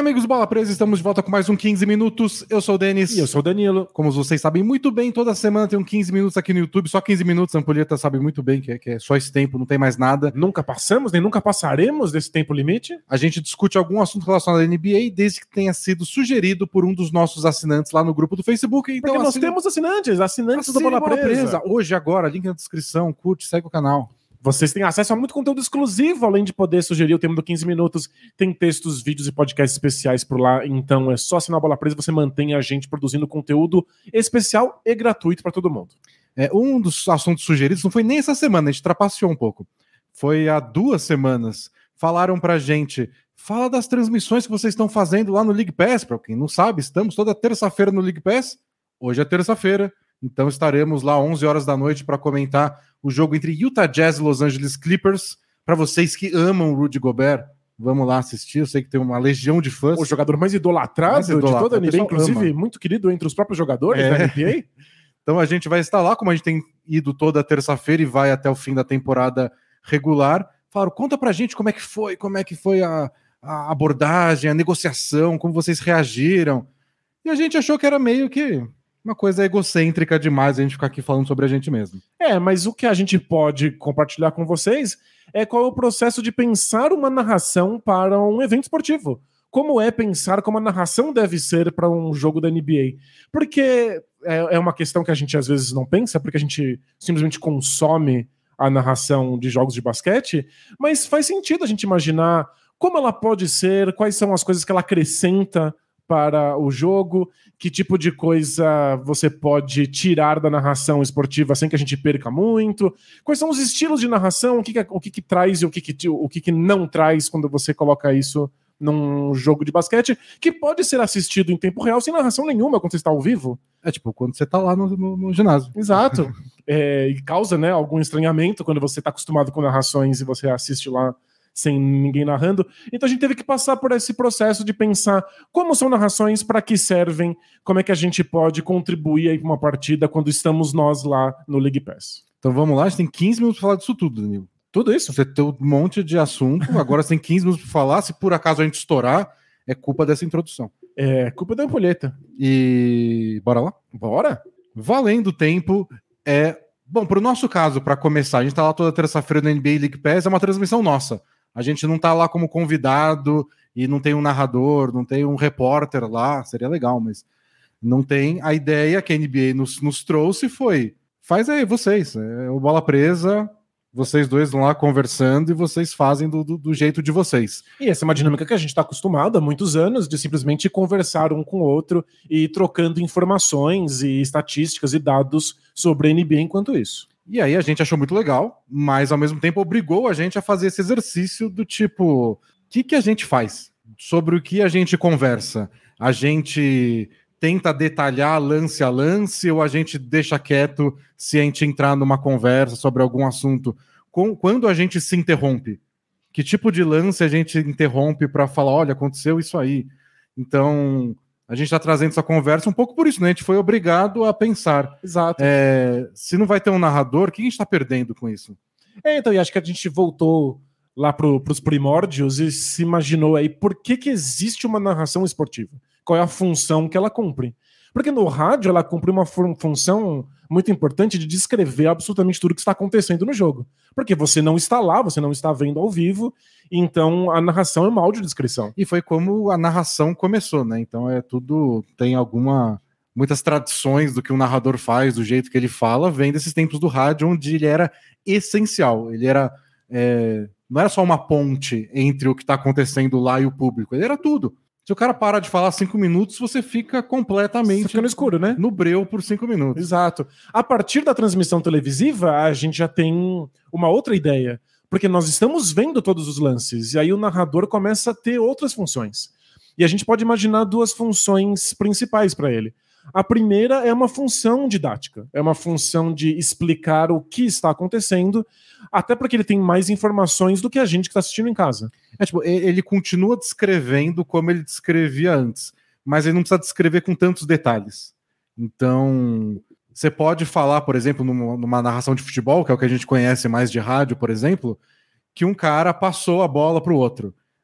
amigos do Bola Presa, estamos de volta com mais um 15 Minutos. Eu sou o Denis. E eu sou o Danilo. Como vocês sabem muito bem, toda semana tem um 15 Minutos aqui no YouTube. Só 15 minutos, a Ampulheta sabe muito bem que é só esse tempo, não tem mais nada. Nunca passamos, nem nunca passaremos desse tempo limite. A gente discute algum assunto relacionado à NBA desde que tenha sido sugerido por um dos nossos assinantes lá no grupo do Facebook. Então, porque nós temos assinantes do Bola Presa. Hoje, agora, link na descrição, curte, segue o canal. Vocês têm acesso a muito conteúdo exclusivo, além de poder sugerir o tema do 15 Minutos. Tem textos, vídeos e podcasts especiais por lá. Então é só assinar o Bola Presa e você mantém a gente produzindo conteúdo especial e gratuito para todo mundo. Um dos assuntos sugeridos não foi nem essa semana, a gente trapaceou um pouco. Foi há 2 semanas. Falaram pra gente, fala das transmissões que vocês estão fazendo lá no League Pass. Pra quem não sabe, estamos toda terça-feira no League Pass. Hoje é terça-feira. Então estaremos lá 11 horas da noite para comentar o jogo entre Utah Jazz e Los Angeles Clippers. Para vocês que amam o Rudy Gobert, vamos lá assistir. Eu sei que tem uma legião de fãs. O jogador mais idolatrado de toda a NBA, inclusive ama. Muito querido entre os próprios jogadores da NBA. Então a gente vai estar lá, como a gente tem ido toda terça-feira e vai até o fim da temporada regular. Falaram, conta pra gente como é que foi a abordagem, a negociação, como vocês reagiram. E a gente achou que era meio que uma coisa egocêntrica demais a gente ficar aqui falando sobre a gente mesmo. Mas o que a gente pode compartilhar com vocês é qual é o processo de pensar uma narração para um evento esportivo. Como é pensar como a narração deve ser para um jogo da NBA. Porque é uma questão que a gente às vezes não pensa, porque a gente simplesmente consome a narração de jogos de basquete, mas faz sentido a gente imaginar como ela pode ser, quais são as coisas que ela acrescenta para o jogo, que tipo de coisa você pode tirar da narração esportiva sem que a gente perca muito, quais são os estilos de narração, o que traz e o que não traz quando você coloca isso num jogo de basquete, que pode ser assistido em tempo real sem narração nenhuma quando você está ao vivo. É tipo quando você está lá no ginásio. Exato. E causa, né, algum estranhamento quando você está acostumado com narrações e você assiste lá sem ninguém narrando. Então a gente teve que passar por esse processo de pensar como são narrações, para que servem, como é que a gente pode contribuir aí para uma partida quando estamos nós lá no League Pass. Então vamos lá, a gente tem 15 minutos para falar disso tudo, Danilo. Tudo isso? Você tem um monte de assunto, agora você tem 15 minutos para falar, se por acaso a gente estourar, é culpa dessa introdução. É culpa da Ampulheta. E bora lá? Bora? Valendo o tempo, bom, pro nosso caso, para começar, a gente tá lá toda terça-feira no NBA League Pass, é uma transmissão nossa. A gente não tá lá como convidado e não tem um narrador, não tem um repórter lá, seria legal, mas não tem. A ideia que a NBA nos trouxe foi, faz aí vocês, o Bola Presa, vocês dois vão lá conversando e vocês fazem do jeito de vocês. E essa é uma dinâmica que a gente está acostumado há muitos anos, de simplesmente conversar um com o outro e trocando informações e estatísticas e dados sobre a NBA enquanto isso. E aí a gente achou muito legal, mas ao mesmo tempo obrigou a gente a fazer esse exercício do tipo, o que a gente faz? Sobre o que a gente conversa? A gente tenta detalhar lance a lance ou a gente deixa quieto se a gente entrar numa conversa sobre algum assunto? Quando a gente se interrompe? Que tipo de lance a gente interrompe para falar, olha, aconteceu isso aí? Então, a gente está trazendo essa conversa um pouco por isso, né? A gente foi obrigado a pensar. Exato. Se não vai ter um narrador, o que a gente está perdendo com isso? Então, e acho que a gente voltou lá para os primórdios e se imaginou aí por que existe uma narração esportiva? Qual é a função que ela cumpre? Porque no rádio ela cumpre uma função muito importante de descrever absolutamente tudo que está acontecendo no jogo. Porque você não está lá, você não está vendo ao vivo, então a narração é uma audiodescrição. E foi como a narração começou, né? Então tem muitas tradições do que o narrador faz, do jeito que ele fala, vem desses tempos do rádio, onde ele era essencial. Ele era não era só uma ponte entre o que está acontecendo lá e o público, ele era tudo. Se o cara parar de falar 5 minutos, você fica completamente... Você fica no escuro, né? No breu por 5 minutos. Exato. A partir da transmissão televisiva, a gente já tem uma outra ideia. Porque nós estamos vendo todos os lances. E aí o narrador começa a ter outras funções. E a gente pode imaginar 2 funções principais para ele. A primeira é uma função didática. É uma função de explicar o que está acontecendo, até porque ele tem mais informações do que a gente que está assistindo em casa. Ele continua descrevendo como ele descrevia antes, mas ele não precisa descrever com tantos detalhes. Então, você pode falar, por exemplo, numa narração de futebol, que é o que a gente conhece mais de rádio, por exemplo, que um cara passou a bola para o outro.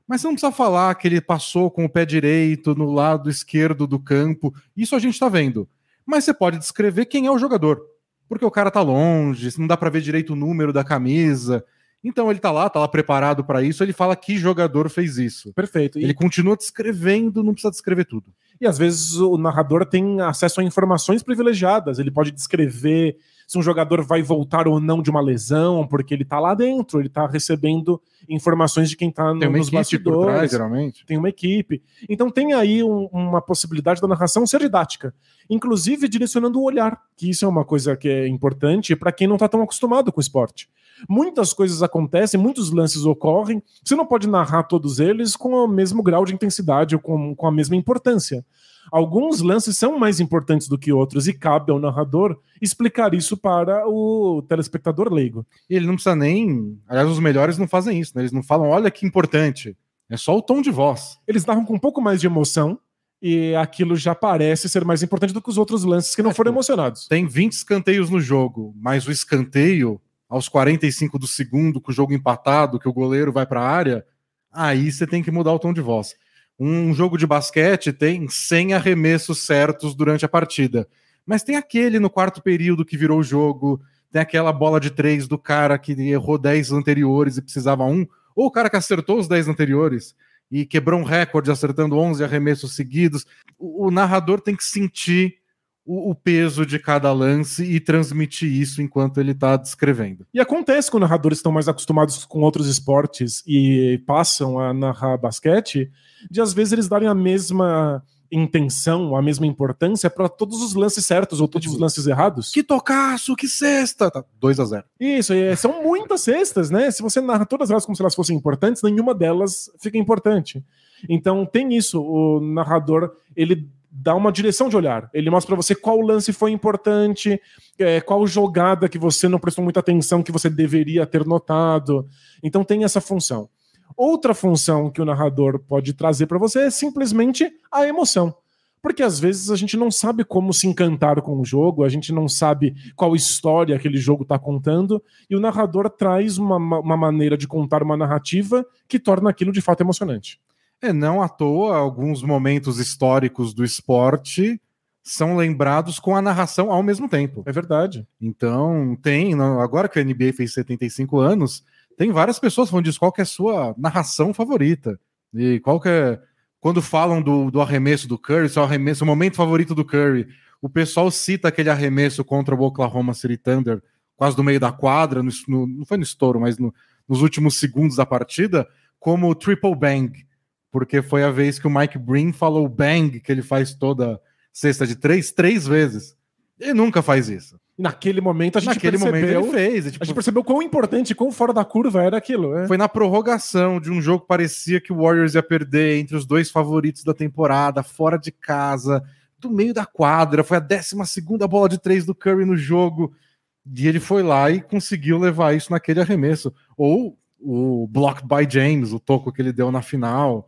Mas você não precisa falar que ele passou com o pé direito no lado esquerdo do campo. Isso a gente tá vendo. Mas você pode descrever quem é o jogador. Porque o cara tá longe, não dá pra ver direito o número da camisa. Então ele tá lá preparado pra isso, ele fala que jogador fez isso. Perfeito. Ele continua descrevendo, não precisa descrever tudo. E às vezes o narrador tem acesso a informações privilegiadas, ele pode descrever se um jogador vai voltar ou não de uma lesão, porque ele tá lá dentro, ele tá recebendo informações de quem tá nos bastidores. Por trás, geralmente. Tem uma equipe. Então tem aí uma possibilidade da narração ser didática, inclusive direcionando o olhar, que isso é uma coisa que é importante para quem não tá tão acostumado com o esporte. Muitas coisas acontecem, muitos lances ocorrem, você não pode narrar todos eles com o mesmo grau de intensidade ou com a mesma importância. Alguns lances são mais importantes do que outros e cabe ao narrador explicar isso para o telespectador leigo. E ele não precisa nem... Aliás, os melhores não fazem isso, né? Eles não falam, olha que importante. É só o tom de voz. Eles narram com um pouco mais de emoção e aquilo já parece ser mais importante do que os outros lances que não foram emocionados. Tem 20 escanteios no jogo, mas o escanteio... aos 45 do segundo, com o jogo empatado, que o goleiro vai para a área, aí você tem que mudar o tom de voz. Um jogo de basquete tem 100 arremessos certos durante a partida, mas tem aquele no quarto período que virou o jogo, tem aquela bola de 3 do cara que errou 10 anteriores e precisava um, ou o cara que acertou os 10 anteriores e quebrou um recorde acertando 11 arremessos seguidos. O narrador tem que sentir o peso de cada lance e transmitir isso enquanto ele está descrevendo. E acontece quando narradores estão mais acostumados com outros esportes e passam a narrar basquete, de às vezes eles darem a mesma intenção, a mesma importância para todos os lances certos ou todos os lances errados. Que tocaço, que cesta! Tá 2-0. Isso, são muitas cestas, né? Se você narra todas elas como se elas fossem importantes, nenhuma delas fica importante. Então tem isso, o narrador, ele dá uma direção de olhar. Ele mostra pra você qual lance foi importante, qual jogada que você não prestou muita atenção, que você deveria ter notado. Então tem essa função. Outra função que o narrador pode trazer pra você é simplesmente a emoção. Porque às vezes a gente não sabe como se encantar com o jogo, a gente não sabe qual história aquele jogo está contando, e o narrador traz uma maneira de contar uma narrativa que torna aquilo de fato emocionante. Não à toa, alguns momentos históricos do esporte são lembrados com a narração ao mesmo tempo. É verdade. Então, agora que a NBA fez 75 anos, tem várias pessoas falando disso. Qual que é a sua narração favorita? E qual que é... Quando falam do arremesso do Curry, o momento favorito do Curry, o pessoal cita aquele arremesso contra o Oklahoma City Thunder, quase do meio da quadra, não foi no estouro, mas nos últimos segundos da partida, como triple bang. Porque foi a vez que o Mike Breen falou bang, que ele faz toda cesta de 3 vezes. Ele nunca faz isso. Naquele momento a gente percebeu, ele fez. A gente percebeu quão importante, quão fora da curva era aquilo. Foi na prorrogação de um jogo que parecia que o Warriors ia perder entre os 2 favoritos da temporada, fora de casa, do meio da quadra. Foi a 12ª bola de 3 do Curry no jogo. E ele foi lá e conseguiu levar isso naquele arremesso. Ou o Blocked by James, o toco que ele deu na final.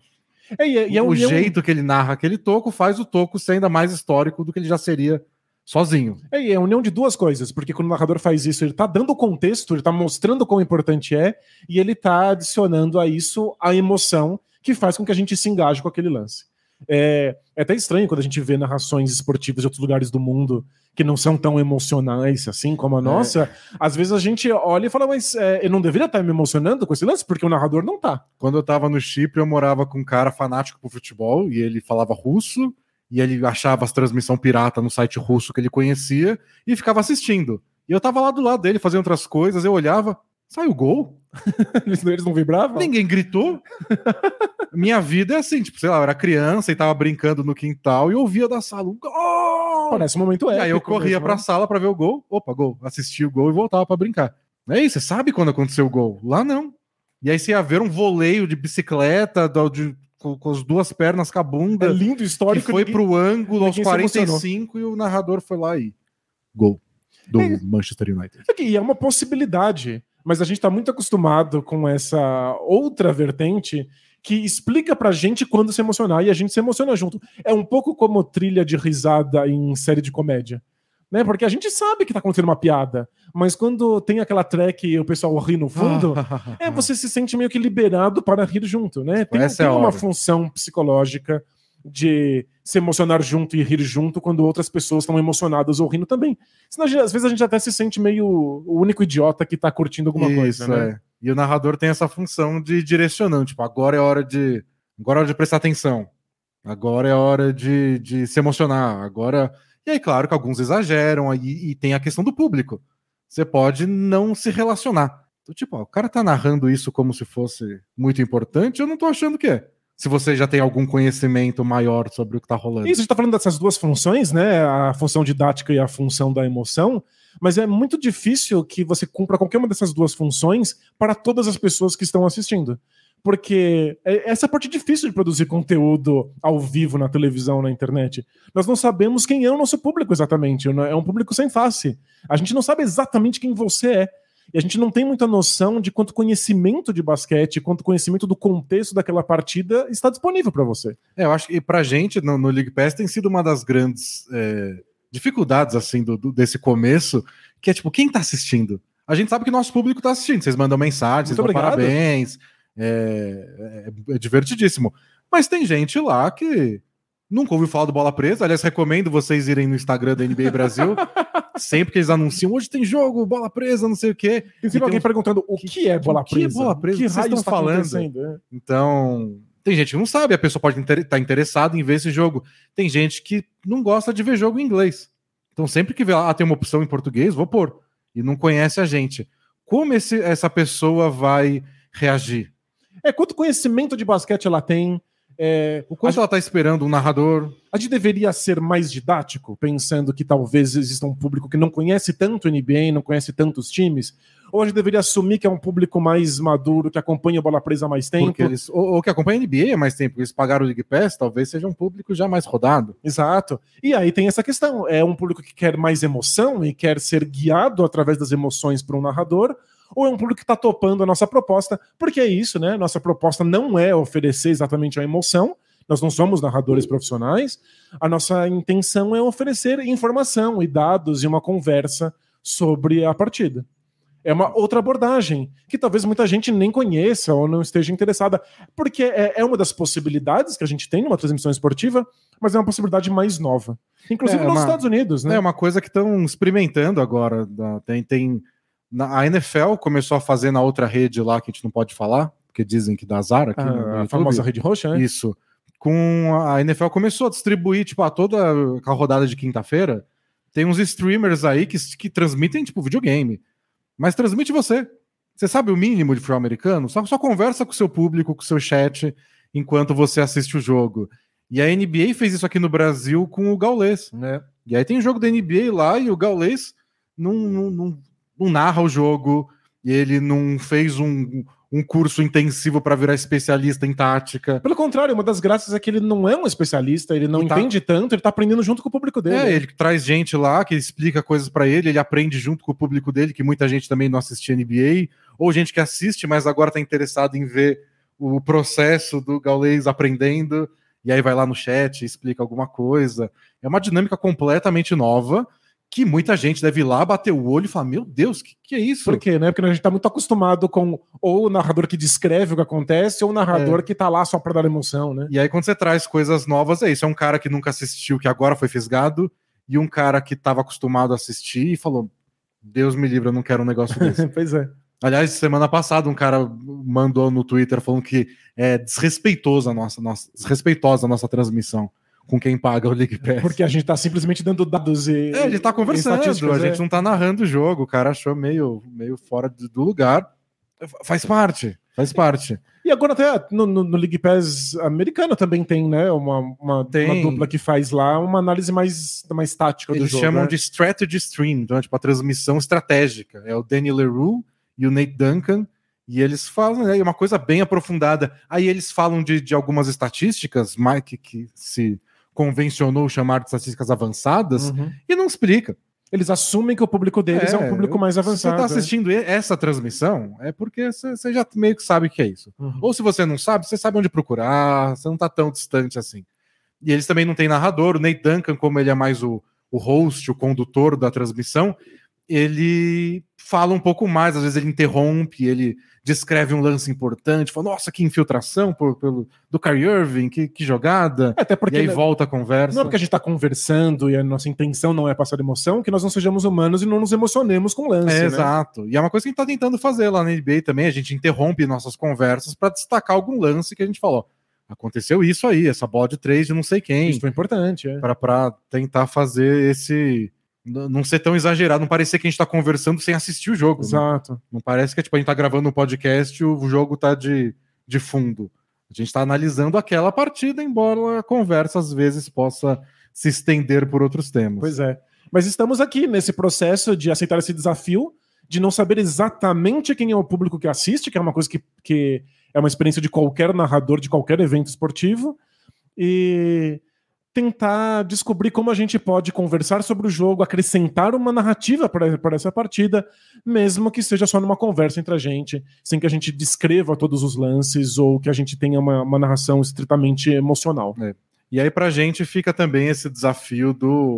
O jeito que ele narra aquele toco faz o toco ser ainda mais histórico do que ele já seria sozinho. É a união de duas coisas, porque quando o narrador faz isso, ele tá dando contexto, ele tá mostrando quão importante é, e ele tá adicionando a isso a emoção que faz com que a gente se engaje com aquele lance. É até estranho quando a gente vê narrações esportivas de outros lugares do mundo que não são tão emocionais assim como a nossa. Às vezes a gente olha e fala, mas eu não deveria estar me emocionando com esse lance, porque o narrador não tá. Quando eu tava no Chipre, eu morava com um cara fanático pro futebol, e ele falava russo, e ele achava as transmissões pirata no site russo que ele conhecia, e ficava assistindo. E eu tava lá do lado dele, fazendo outras coisas, eu olhava, saiu o gol? Eles não vibravam? Ninguém gritou. Minha vida é assim, tipo, sei lá, eu era criança e tava brincando no quintal e ouvia da sala um gol! Parece um momento épico. E aí eu corria pra sala pra ver o gol. Opa, gol. Assistia o gol e voltava pra brincar. É isso, você sabe quando aconteceu o gol? Lá não. E aí você ia ver um voleio de bicicleta com as 2 pernas com a bunda. É lindo, histórico. Que foi pro ângulo aos 45 e o narrador foi lá e... Gol. Do Manchester United. E é uma possibilidade, mas a gente tá muito acostumado com essa outra vertente que explica pra gente quando se emocionar, e a gente se emociona junto. É um pouco como trilha de risada em série de comédia. né? Porque a gente sabe que tá acontecendo uma piada, mas quando tem aquela track e o pessoal ri no fundo, você se sente meio que liberado para rir junto, né? Tem uma função psicológica de se emocionar junto e rir junto quando outras pessoas estão emocionadas ou rindo também. Senão, às vezes a gente até se sente meio o único idiota que tá curtindo alguma coisa, né? E o narrador tem essa função de direcionando, tipo, agora é hora de prestar atenção, agora é hora de se emocionar, agora... E aí, claro que alguns exageram, e tem a questão do público. Você pode não se relacionar. Então, tipo, o cara tá narrando isso como se fosse muito importante, eu não tô achando que é. Se você já tem algum conhecimento maior sobre o que tá rolando. Isso, a gente tá falando dessas duas funções, né? A função didática e a função da emoção, mas é muito difícil que você cumpra qualquer uma dessas duas funções para todas as pessoas que estão assistindo. Porque essa é a parte difícil de produzir conteúdo ao vivo na televisão, na internet. Nós não sabemos quem é o nosso público exatamente. É um público sem face. A gente não sabe exatamente quem você é. E a gente não tem muita noção de quanto conhecimento de basquete, quanto conhecimento do contexto daquela partida está disponível para você. Eu acho que pra gente, no League Pass, tem sido uma das grandes dificuldades assim, desse começo, que é tipo, quem tá assistindo? A gente sabe que nosso público tá assistindo. Vocês mandam mensagem, vocês dão parabéns. É divertidíssimo. Mas tem gente lá que nunca ouviu falar do Bola Presa. Aliás, recomendo vocês irem no Instagram da NBA Brasil. Sempre que eles anunciam, hoje tem jogo, Bola Presa, não sei o quê. Tem sempre alguém perguntando o que é Bola Presa? O que é Bola Presa? O que vocês estão falando? Então, tem gente que não sabe. A pessoa pode estar interessada em ver esse jogo. Tem gente que não gosta de ver jogo em inglês. Então, sempre que vê lá, tem uma opção em português, vou pôr. E não conhece a gente. Como essa pessoa vai reagir? Quanto conhecimento de basquete ela tem? O quanto ela está esperando um narrador? A gente deveria ser mais didático, pensando que talvez exista um público que não conhece tanto NBA, não conhece tantos times? Ou a gente deveria assumir que é um público mais maduro, que acompanha a Bola Presa há mais tempo? Ou que acompanha a NBA há mais tempo, eles pagaram o League Pass, talvez seja um público já mais rodado. Exato. E aí tem essa questão, é um público que quer mais emoção e quer ser guiado através das emoções por um narrador, ou é um público que está topando a nossa proposta? Porque é isso, né? Nossa proposta não é oferecer exatamente a emoção, nós não somos narradores profissionais, a nossa intenção é oferecer informação e dados e uma conversa sobre a partida. É uma outra abordagem, que talvez muita gente nem conheça ou não esteja interessada, porque é uma das possibilidades que a gente tem numa transmissão esportiva, mas é uma possibilidade mais nova. Inclusive nos Estados Unidos, né? É uma coisa que estão experimentando agora. A NFL começou a fazer na outra rede lá, que a gente não pode falar, porque dizem que dá azar aqui a famosa rede roxa, né? Isso. A NFL começou a distribuir, tipo, toda a rodada de quinta-feira, tem uns streamers aí que transmitem, tipo, videogame. Mas transmite você. Você sabe o mínimo de futebol americano? Só conversa com o seu público, com o seu chat, enquanto você assiste o jogo. E a NBA fez isso aqui no Brasil com o Gaules, né? E aí tem jogo da NBA lá e o Gaules não narra o jogo, e ele não fez um curso intensivo para virar especialista em tática. Pelo contrário, uma das graças é que ele não é um especialista, ele não entende tanto, ele tá aprendendo junto com o público dele. Ele traz gente lá que explica coisas para ele aprende junto com o público dele, que muita gente também não assistia NBA, ou gente que assiste, mas agora tá interessado em ver o processo do Gaules aprendendo, e aí vai lá no chat e explica alguma coisa. É uma dinâmica completamente nova, que muita gente deve ir lá, bater o olho e falar, meu Deus, que é isso? Por quê, né? Porque a gente tá muito acostumado com ou o narrador que descreve o que acontece, ou o narrador que tá lá só pra dar emoção, né? E aí quando você traz coisas novas, é isso. É um cara que nunca assistiu, que agora foi fisgado, e um cara que tava acostumado a assistir e falou, Deus me livre, eu não quero um negócio desse. Pois é. Aliás, semana passada um cara mandou no Twitter falando que é desrespeitosa a nossa transmissão com quem paga o League Pass. Porque a gente tá simplesmente dando dados e... a gente tá conversando, a gente não tá narrando o jogo, o cara achou meio fora do lugar. Faz parte. E agora até no League Pass americano também tem, né, uma dupla que faz lá uma análise mais tática do jogo. Eles chamam de strategy stream, então é tipo a transmissão estratégica. É o Danny Leroux e o Nate Duncan, e eles falam, né, uma coisa bem aprofundada. Aí eles falam de algumas estatísticas, Mike, que se convencionou chamar de estatísticas avançadas, e não explica. Eles assumem que o público deles é um público mais avançado. Se você está assistindo essa transmissão, é porque você já meio que sabe o que é isso. Ou se você não sabe, você sabe onde procurar, você não está tão distante assim. E eles também não têm narrador, o Nate Duncan, como ele é mais o o host, o condutor da transmissão, ele fala um pouco mais, às vezes ele interrompe, ele descreve um lance importante, fala, nossa, que infiltração do Kyrie Irving, que jogada, Até porque, e aí volta a conversa. Não é porque a gente tá conversando e a nossa intenção não é passar emoção, que nós não sejamos humanos e não nos emocionemos com o lance, né? Exato. E é uma coisa que a gente tá tentando fazer lá na NBA também, a gente interrompe nossas conversas para destacar algum lance que a gente falou. Aconteceu isso aí, essa bola de 3 de não sei quem. Isso foi importante, Pra tentar fazer esse... Não ser tão exagerado, não parecer que a gente tá conversando sem assistir o jogo. Exato. Né? Não parece que tipo, a gente tá gravando um podcast e o jogo tá de fundo. A gente tá analisando aquela partida, embora a conversa às vezes possa se estender por outros temas. Pois é. Mas estamos aqui nesse processo de aceitar esse desafio, de não saber exatamente quem é o público que assiste, que é uma coisa que é uma experiência de qualquer narrador, de qualquer evento esportivo, e tentar descobrir como a gente pode conversar sobre o jogo, acrescentar uma narrativa para essa partida, mesmo que seja só numa conversa entre a gente, sem que a gente descreva todos os lances ou que a gente tenha uma narração estritamente emocional. E aí pra gente fica também esse desafio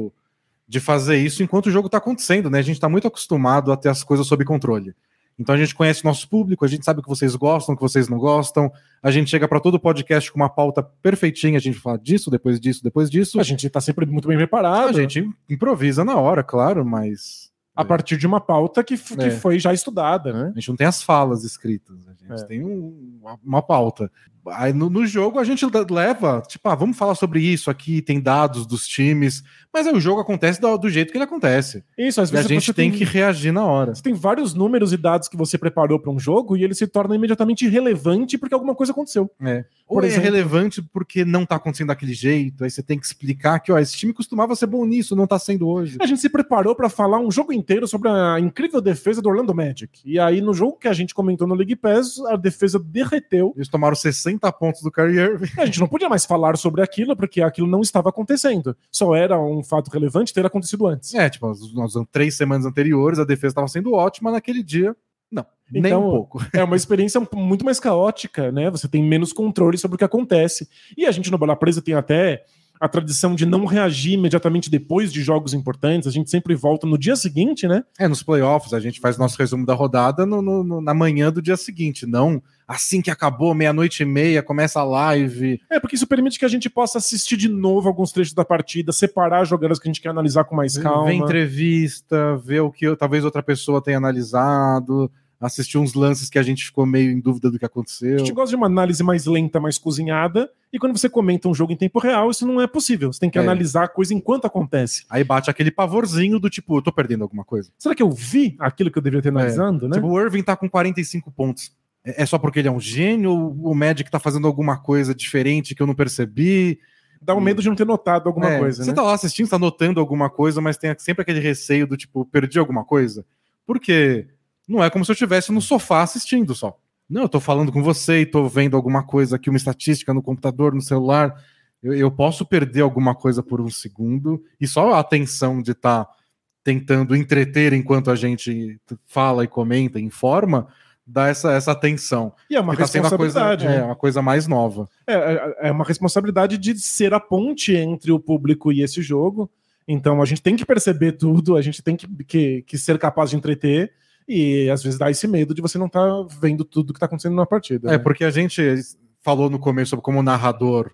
de fazer isso enquanto o jogo tá acontecendo, né? A gente tá muito acostumado a ter as coisas sob controle. Então a gente conhece o nosso público, a gente sabe o que vocês gostam, o que vocês não gostam, a gente chega para todo podcast com uma pauta perfeitinha, a gente fala disso, depois disso, depois disso. A gente tá sempre muito bem preparado. A gente improvisa na hora, claro, mas... A partir de uma pauta que foi já estudada, né? A gente não tem as falas escritas, a gente tem uma pauta. Aí no jogo a gente leva, tipo, vamos falar sobre isso aqui, tem dados dos times, mas aí o jogo acontece do jeito que ele acontece. Isso, às vezes a gente tem que reagir na hora. Você tem vários números e dados que você preparou para um jogo e ele se torna imediatamente irrelevante porque alguma coisa aconteceu. Ou é relevante porque não tá acontecendo daquele jeito, aí você tem que explicar que, esse time costumava ser bom nisso, não tá sendo hoje. A gente se preparou para falar um jogo inteiro sobre a incrível defesa do Orlando Magic. E aí, no jogo que a gente comentou no League Pass, a defesa derreteu. Eles tomaram 60 pontos do Kyrie Irving. A gente não podia mais falar sobre aquilo, porque aquilo não estava acontecendo. Só era um fato relevante ter acontecido antes. Nós 3 semanas anteriores, a defesa estava sendo ótima, naquele dia, não. Então, nem um pouco. É uma experiência muito mais caótica, né? Você tem menos controle sobre o que acontece. E a gente no Bola Presa tem até a tradição de não reagir imediatamente depois de jogos importantes. A gente sempre volta no dia seguinte, né? Nos playoffs, a gente faz nosso resumo da rodada na manhã do dia seguinte, não assim que acabou, 00:30, começa a live. Porque isso permite que a gente possa assistir de novo alguns trechos da partida, separar jogadas que a gente quer analisar com mais calma. Ver entrevista, ver o que talvez outra pessoa tenha analisado, assistir uns lances que a gente ficou meio em dúvida do que aconteceu. A gente gosta de uma análise mais lenta, mais cozinhada, e quando você comenta um jogo em tempo real, isso não é possível. Você tem que analisar a coisa enquanto acontece. Aí bate aquele pavorzinho do tipo, eu tô perdendo alguma coisa. Será que eu vi aquilo que eu deveria ter analisando, né? Tipo, o Irving tá com 45 pontos. É só porque ele é um gênio ou o Magic tá fazendo alguma coisa diferente que eu não percebi? Dá um medo de não ter notado alguma coisa, você né? Tá lá assistindo, tá notando alguma coisa, mas tem sempre aquele receio do tipo, perdi alguma coisa? Porque não é como se eu estivesse no sofá assistindo só. Não, eu tô falando com você e tô vendo alguma coisa aqui, uma estatística no computador, no celular. Eu posso perder alguma coisa por um segundo e só a atenção de estar tentando entreter enquanto a gente fala e comenta, informa, dá essa atenção. E é uma responsabilidade. É uma coisa mais nova. É uma responsabilidade de ser a ponte entre o público e esse jogo. Então a gente tem que perceber tudo, a gente tem que ser capaz de entreter. E às vezes dá esse medo de você não estar vendo tudo que está acontecendo na partida. Né? Porque a gente falou no começo sobre como o narrador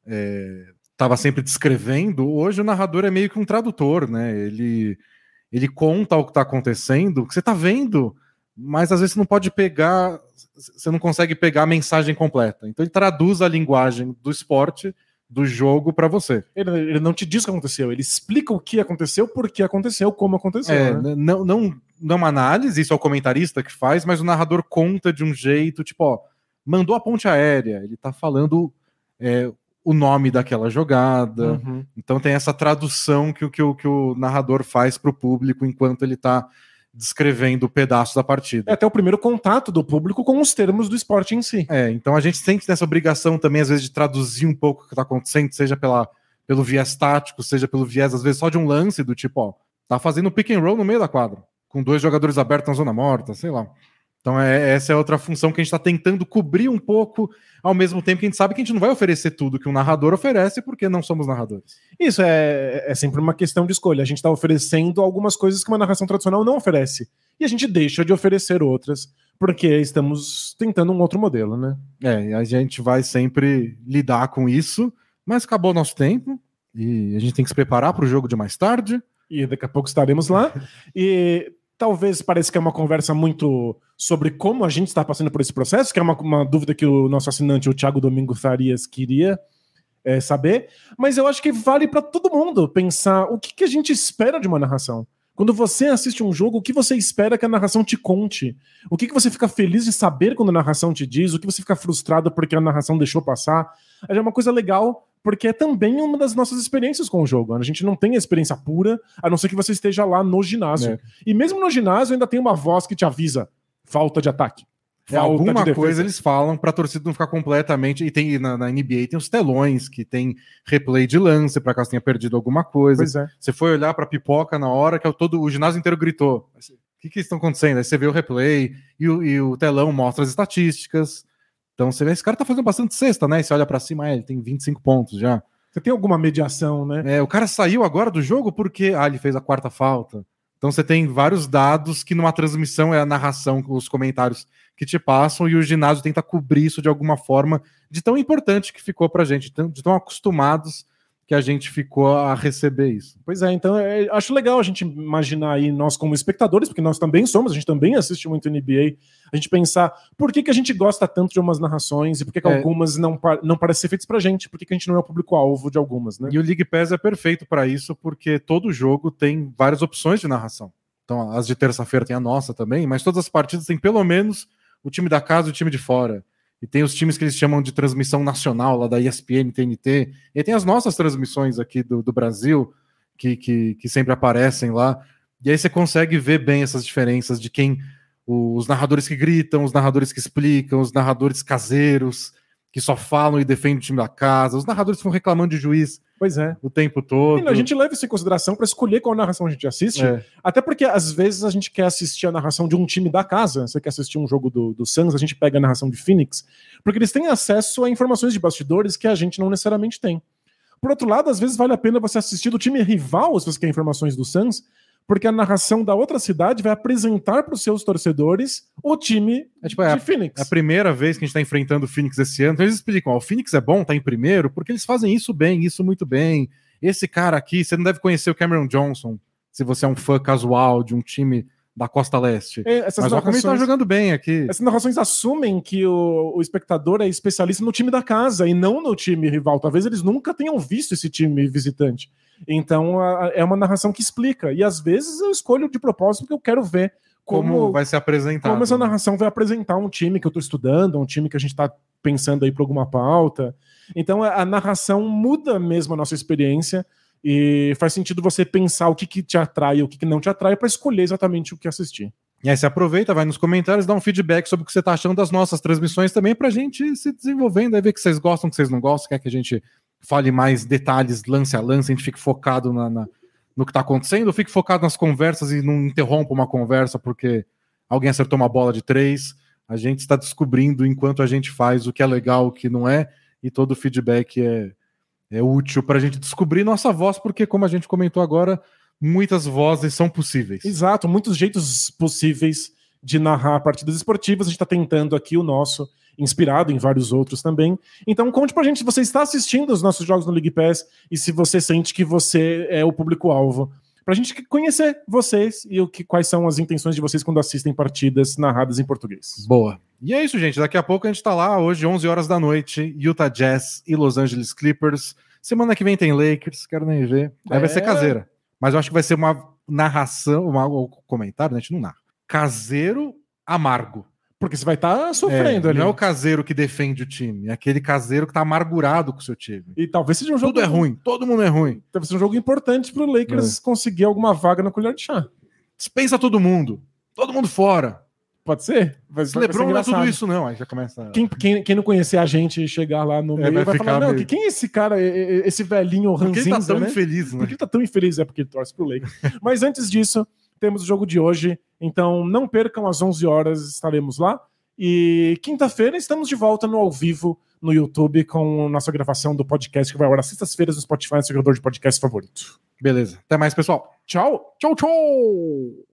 estava sempre descrevendo. Hoje o narrador é meio que um tradutor, né? Ele conta o que está acontecendo, o que você está vendo, mas às vezes você não pode pegar, você não consegue pegar a mensagem completa. Então ele traduz a linguagem do esporte, do jogo para você. Ele não te diz o que aconteceu, ele explica o que aconteceu, por que aconteceu, como aconteceu. Né? Não é uma análise, isso é o comentarista que faz, mas o narrador conta de um jeito, tipo, mandou a ponte aérea, ele tá falando o nome daquela jogada. Uhum. Então tem essa tradução que o narrador faz pro público enquanto ele tá descrevendo o pedaço da partida. É até o primeiro contato do público com os termos do esporte em si. Então a gente sente essa obrigação também, às vezes, de traduzir um pouco o que tá acontecendo, seja pelo viés tático, seja pelo viés, às vezes, só de um lance do tipo, tá fazendo pick and roll no meio da quadra, com 2 jogadores abertos na zona morta, sei lá. Então essa é outra função que a gente está tentando cobrir um pouco, ao mesmo tempo que a gente sabe que a gente não vai oferecer tudo que um narrador oferece, porque não somos narradores. Isso é sempre uma questão de escolha. A gente está oferecendo algumas coisas que uma narração tradicional não oferece. E a gente deixa de oferecer outras, porque estamos tentando um outro modelo, né? A gente vai sempre lidar com isso, mas acabou o nosso tempo, e a gente tem que se preparar para o jogo de mais tarde. E daqui a pouco estaremos lá. E talvez pareça que é uma conversa muito sobre como a gente está passando por esse processo, que é uma dúvida que o nosso assinante, o Thiago Domingo Farias, queria saber. Mas eu acho que vale para todo mundo pensar o que a gente espera de uma narração. Quando você assiste um jogo, o que você espera que a narração te conte? O que você fica feliz de saber quando a narração te diz? O que você fica frustrado porque a narração deixou passar? É uma coisa legal, porque é também uma das nossas experiências com o jogo. A gente não tem a experiência pura, a não ser que você esteja lá no ginásio. E mesmo no ginásio ainda tem uma voz que te avisa: falta de ataque. Alguma coisa eles falam pra torcida não ficar completamente... E tem na NBA tem os telões, que tem replay de lance, pra caso tenha perdido alguma coisa. Pois é. Você foi olhar pra pipoca na hora que o ginásio inteiro gritou. O que está acontecendo? Aí você vê o replay e o telão mostra as estatísticas. Então você vê, esse cara tá fazendo bastante cesta, né? E você olha pra cima, ele tem 25 pontos já. Você tem alguma mediação, né? O cara saiu agora do jogo porque ele fez a quarta falta. Então você tem vários dados que numa transmissão é a narração, os comentários que te passam, e o ginásio tenta cobrir isso de alguma forma, de tão importante que ficou pra gente, de tão acostumados que a gente ficou a receber isso. Pois é, então acho legal a gente imaginar aí, nós como espectadores, porque nós também somos, a gente também assiste muito NBA, a gente pensar por que a gente gosta tanto de umas narrações e por que algumas não parecem ser feitas pra gente, por que a gente não é o público-alvo de algumas, né? E o League Pass é perfeito para isso, porque todo jogo tem várias opções de narração. Então as de terça-feira tem a nossa também, mas todas as partidas tem pelo menos o time da casa e o time de fora. E tem os times que eles chamam de transmissão nacional, lá da ESPN, TNT. E tem as nossas transmissões aqui do Brasil, que sempre aparecem lá. E aí você consegue ver bem essas diferenças de quem... Os narradores que gritam, os narradores que explicam, os narradores caseiros, que só falam e defendem o time da casa, os narradores que ficam reclamando de juiz o tempo todo. E a gente leva isso em consideração para escolher qual narração a gente assiste, até porque às vezes a gente quer assistir a narração de um time da casa. Você quer assistir um jogo do Suns, a gente pega a narração de Phoenix, porque eles têm acesso a informações de bastidores que a gente não necessariamente tem. Por outro lado, às vezes vale a pena você assistir do time rival, se você quer informações do Suns, porque a narração da outra cidade vai apresentar para os seus torcedores o time de Phoenix. É a primeira vez que a gente está enfrentando o Phoenix esse ano. Então eles explicam, o Phoenix é bom, tá em primeiro, porque eles fazem isso bem, isso muito bem. Esse cara aqui, você não deve conhecer o Cameron Johnson, se você é um fã casual de um time da Costa Leste. Mas o Cameron tá jogando bem aqui. Essas narrações assumem que o espectador é especialista no time da casa e não no time rival. Talvez eles nunca tenham visto esse time visitante. Então é uma narração que explica. E às vezes eu escolho de propósito porque eu quero ver como vai ser apresentado. Como essa narração vai apresentar um time que eu estou estudando, um time que a gente está pensando aí para alguma pauta. Então a narração muda mesmo a nossa experiência e faz sentido você pensar o que te atrai e o que não te atrai para escolher exatamente o que assistir. E aí você aproveita, vai nos comentários, dá um feedback sobre o que você está achando das nossas transmissões também, pra gente se desenvolvendo, aí ver que vocês gostam, que vocês não gostam, quer que a gente fale mais detalhes lance a lance, a gente fique focado no que está acontecendo, ou fique focado nas conversas e não interrompa uma conversa porque alguém acertou uma bola de 3. A gente está descobrindo enquanto a gente faz o que é legal, o que não é, e todo o feedback é útil para a gente descobrir nossa voz, porque como a gente comentou agora, muitas vozes são possíveis. Exato, muitos jeitos possíveis de narrar partidas esportivas. A gente está tentando aqui o nosso, inspirado em vários outros também. Então conte pra gente se você está assistindo os nossos jogos no League Pass e se você sente que você é o público-alvo. Pra gente conhecer vocês e quais são as intenções de vocês quando assistem partidas narradas em português. Boa. E é isso, gente. Daqui a pouco a gente tá lá, hoje, 11 horas da noite, Utah Jazz e Los Angeles Clippers. Semana que vem tem Lakers, quero nem ver. Aí vai ser caseira. Mas eu acho que vai ser uma narração, um comentário, né? A gente não narra. Caseiro amargo. Porque você vai estar sofrendo ali. Não é o caseiro que defende o time, é aquele caseiro que tá amargurado com o seu time. E talvez seja um jogo... Tudo é ruim, todo mundo é ruim. Talvez seja um jogo importante pro Lakers conseguir alguma vaga na colher de chá. Dispensa todo mundo fora. Pode ser? LeBron não é tudo isso não, aí já começa... Quem não conhecer a gente e chegar lá no meio vai falar, não, quem é esse cara, esse velhinho ranzinza, Por que ele tá tão né? infeliz, né? Por que ele tá tão infeliz? É porque ele torce pro Lakers. Mas antes disso, temos o jogo de hoje. Então não percam, às 11 horas estaremos lá. E quinta-feira estamos de volta no ao vivo no YouTube com nossa gravação do podcast que vai agora às sextas-feiras no Spotify, no seu agregador de podcast favorito. Beleza. Até mais, pessoal. Tchau. Tchau, tchau.